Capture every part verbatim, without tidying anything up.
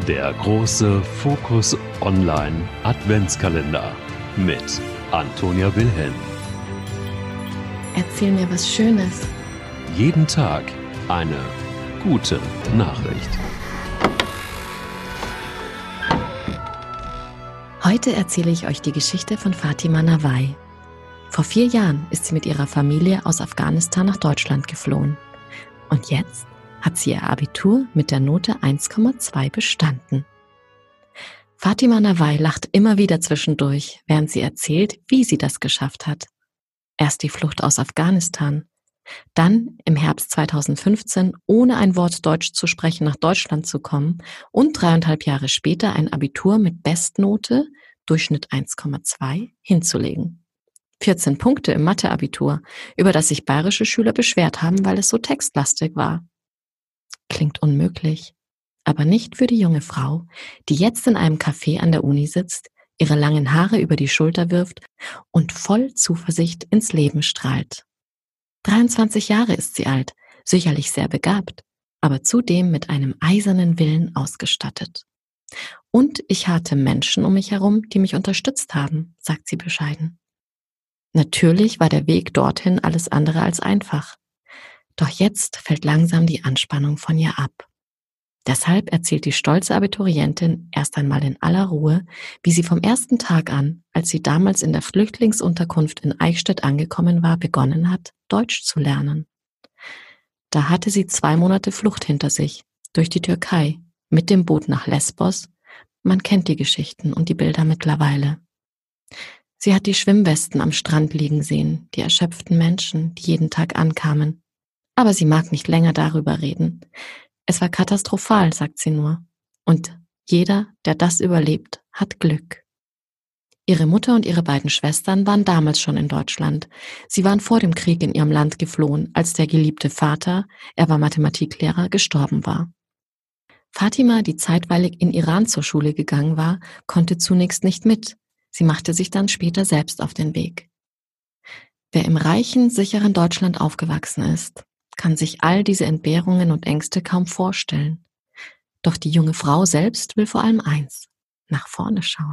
Der große Fokus Online Adventskalender mit Antonia Wilhelm. Erzähl mir was Schönes. Jeden Tag eine gute Nachricht. Heute erzähle ich euch die Geschichte von Fatima Nawai. Vor vier Jahren ist sie mit ihrer Familie aus Afghanistan nach Deutschland geflohen. Und jetzt hat sie ihr Abitur mit der Note eins Komma zwei bestanden. Fatima Nawai lacht immer wieder zwischendurch, während sie erzählt, wie sie das geschafft hat. Erst die Flucht aus Afghanistan, dann im Herbst zweitausendfünfzehn ohne ein Wort Deutsch zu sprechen nach Deutschland zu kommen und dreieinhalb Jahre später ein Abitur mit Bestnote, Durchschnitt eins Komma zwei, hinzulegen. vierzehn Punkte im Mathe-Abitur, über das sich bayerische Schüler beschwert haben, weil es so textlastig war. Klingt unmöglich, aber nicht für die junge Frau, die jetzt in einem Café an der Uni sitzt, ihre langen Haare über die Schulter wirft und voll Zuversicht ins Leben strahlt. dreiundzwanzig Jahre ist sie alt, sicherlich sehr begabt, aber zudem mit einem eisernen Willen ausgestattet. Und ich hatte Menschen um mich herum, die mich unterstützt haben, sagt sie bescheiden. Natürlich war der Weg dorthin alles andere als einfach. Doch jetzt fällt langsam die Anspannung von ihr ab. Deshalb erzählt die stolze Abiturientin erst einmal in aller Ruhe, wie sie vom ersten Tag an, als sie damals in der Flüchtlingsunterkunft in Eichstätt angekommen war, begonnen hat, Deutsch zu lernen. Da hatte sie zwei Monate Flucht hinter sich, durch die Türkei, mit dem Boot nach Lesbos. Man kennt die Geschichten und die Bilder mittlerweile. Sie hat die Schwimmwesten am Strand liegen sehen, die erschöpften Menschen, die jeden Tag ankamen. Aber sie mag nicht länger darüber reden. Es war katastrophal, sagt sie nur. Und jeder, der das überlebt, hat Glück. Ihre Mutter und ihre beiden Schwestern waren damals schon in Deutschland. Sie waren vor dem Krieg in ihrem Land geflohen, als der geliebte Vater, er war Mathematiklehrer, gestorben war. Fatima, die zeitweilig in Iran zur Schule gegangen war, konnte zunächst nicht mit. Sie machte sich dann später selbst auf den Weg. Wer im reichen, sicheren Deutschland aufgewachsen ist, kann sich all diese Entbehrungen und Ängste kaum vorstellen. Doch die junge Frau selbst will vor allem eins: nach vorne schauen.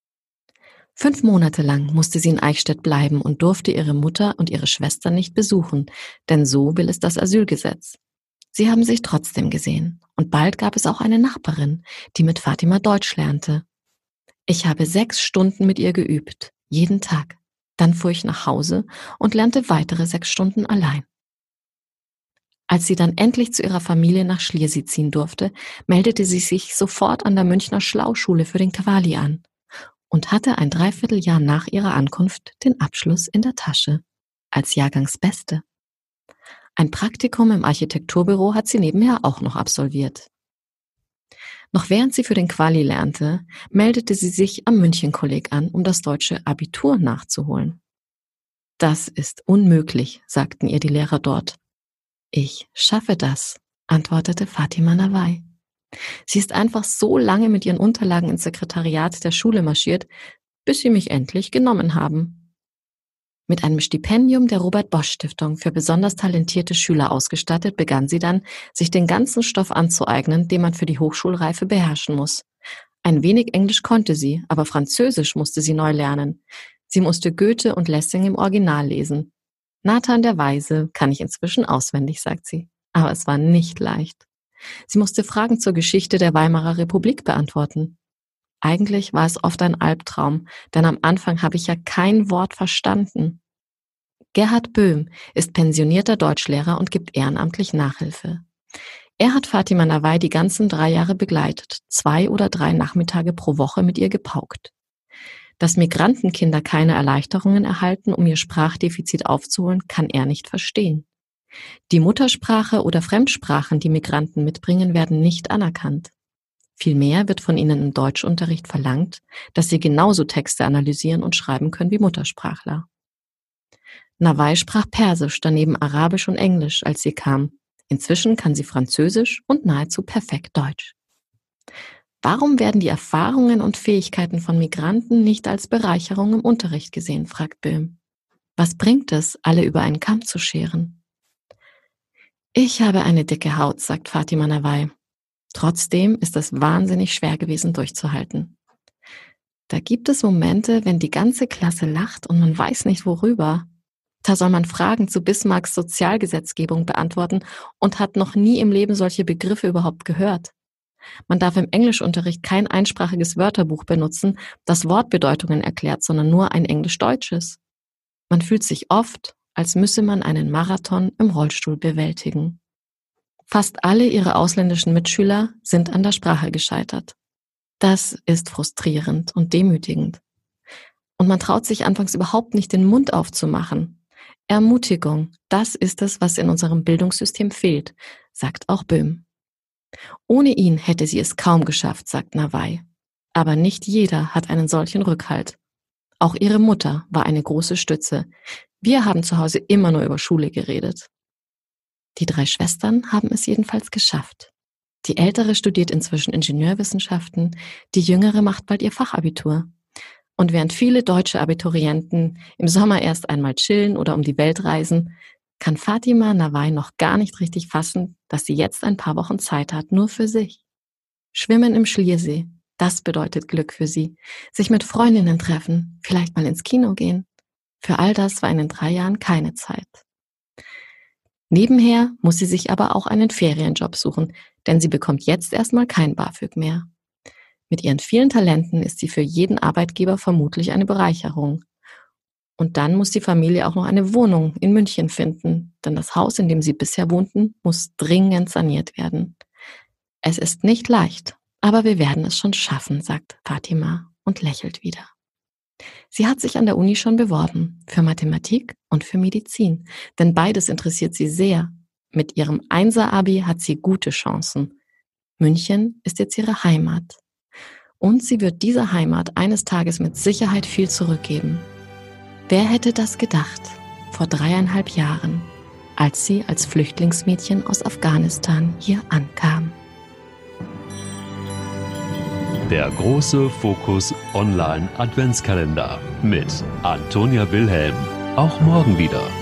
Fünf Monate lang musste sie in Eichstätt bleiben und durfte ihre Mutter und ihre Schwester nicht besuchen, denn so will es das Asylgesetz. Sie haben sich trotzdem gesehen und bald gab es auch eine Nachbarin, die mit Fatima Deutsch lernte. Ich habe sechs Stunden mit ihr geübt, jeden Tag. Dann fuhr ich nach Hause und lernte weitere sechs Stunden allein. Als sie dann endlich zu ihrer Familie nach Schliersee ziehen durfte, meldete sie sich sofort an der Münchner Schlauschule für den Quali an und hatte ein Dreivierteljahr nach ihrer Ankunft den Abschluss in der Tasche, als Jahrgangsbeste. Ein Praktikum im Architekturbüro hat sie nebenher auch noch absolviert. Noch während sie für den Quali lernte, meldete sie sich am München-Kolleg an, um das deutsche Abitur nachzuholen. Das ist unmöglich, sagten ihr die Lehrer dort. Ich schaffe das, antwortete Fatima Nawai. Sie ist einfach so lange mit ihren Unterlagen ins Sekretariat der Schule marschiert, bis sie mich endlich genommen haben. Mit einem Stipendium der Robert-Bosch-Stiftung für besonders talentierte Schüler ausgestattet, begann sie dann, sich den ganzen Stoff anzueignen, den man für die Hochschulreife beherrschen muss. Ein wenig Englisch konnte sie, aber Französisch musste sie neu lernen. Sie musste Goethe und Lessing im Original lesen. Nathan der Weise kann ich inzwischen auswendig, sagt sie. Aber es war nicht leicht. Sie musste Fragen zur Geschichte der Weimarer Republik beantworten. Eigentlich war es oft ein Albtraum, denn am Anfang habe ich ja kein Wort verstanden. Gerhard Böhm ist pensionierter Deutschlehrer und gibt ehrenamtlich Nachhilfe. Er hat Fatima Nawai die ganzen drei Jahre begleitet, zwei oder drei Nachmittage pro Woche mit ihr gepaukt. Dass Migrantenkinder keine Erleichterungen erhalten, um ihr Sprachdefizit aufzuholen, kann er nicht verstehen. Die Muttersprache oder Fremdsprachen, die Migranten mitbringen, werden nicht anerkannt. Vielmehr wird von ihnen im Deutschunterricht verlangt, dass sie genauso Texte analysieren und schreiben können wie Muttersprachler. Nawai sprach Persisch, daneben Arabisch und Englisch, als sie kam. Inzwischen kann sie Französisch und nahezu perfekt Deutsch. Warum werden die Erfahrungen und Fähigkeiten von Migranten nicht als Bereicherung im Unterricht gesehen, fragt Böhm. Was bringt es, alle über einen Kamm zu scheren? Ich habe eine dicke Haut, sagt Fatima Nawai. Trotzdem ist es wahnsinnig schwer gewesen, durchzuhalten. Da gibt es Momente, wenn die ganze Klasse lacht und man weiß nicht worüber. Da soll man Fragen zu Bismarcks Sozialgesetzgebung beantworten und hat noch nie im Leben solche Begriffe überhaupt gehört. Man darf im Englischunterricht kein einsprachiges Wörterbuch benutzen, das Wortbedeutungen erklärt, sondern nur ein englisch-deutsches. Man fühlt sich oft, als müsse man einen Marathon im Rollstuhl bewältigen. Fast alle ihre ausländischen Mitschüler sind an der Sprache gescheitert. Das ist frustrierend und demütigend. Und man traut sich anfangs überhaupt nicht, den Mund aufzumachen. Ermutigung, das ist es, was in unserem Bildungssystem fehlt, sagt auch Böhm. Ohne ihn hätte sie es kaum geschafft, sagt Navai. Aber nicht jeder hat einen solchen Rückhalt. Auch ihre Mutter war eine große Stütze. Wir haben zu Hause immer nur über Schule geredet. Die drei Schwestern haben es jedenfalls geschafft. Die ältere studiert inzwischen Ingenieurwissenschaften, die jüngere macht bald ihr Fachabitur. Und während viele deutsche Abiturienten im Sommer erst einmal chillen oder um die Welt reisen, kann Fatima Navai noch gar nicht richtig fassen, dass sie jetzt ein paar Wochen Zeit hat, nur für sich. Schwimmen im Schliersee, das bedeutet Glück für sie. Sich mit Freundinnen treffen, vielleicht mal ins Kino gehen. Für all das war in den drei Jahren keine Zeit. Nebenher muss sie sich aber auch einen Ferienjob suchen, denn sie bekommt jetzt erstmal kein BAföG mehr. Mit ihren vielen Talenten ist sie für jeden Arbeitgeber vermutlich eine Bereicherung. Und dann muss die Familie auch noch eine Wohnung in München finden, denn das Haus, in dem sie bisher wohnten, muss dringend saniert werden. Es ist nicht leicht, aber wir werden es schon schaffen, sagt Fatima und lächelt wieder. Sie hat sich an der Uni schon beworben, für Mathematik und für Medizin, denn beides interessiert sie sehr. Mit ihrem Einser-Abi hat sie gute Chancen. München ist jetzt ihre Heimat. Und sie wird dieser Heimat eines Tages mit Sicherheit viel zurückgeben. Wer hätte das gedacht, vor dreieinhalb Jahren, als sie als Flüchtlingsmädchen aus Afghanistan hier ankam? Der große Fokus Online Adventskalender mit Antonia Wilhelm. Auch morgen wieder.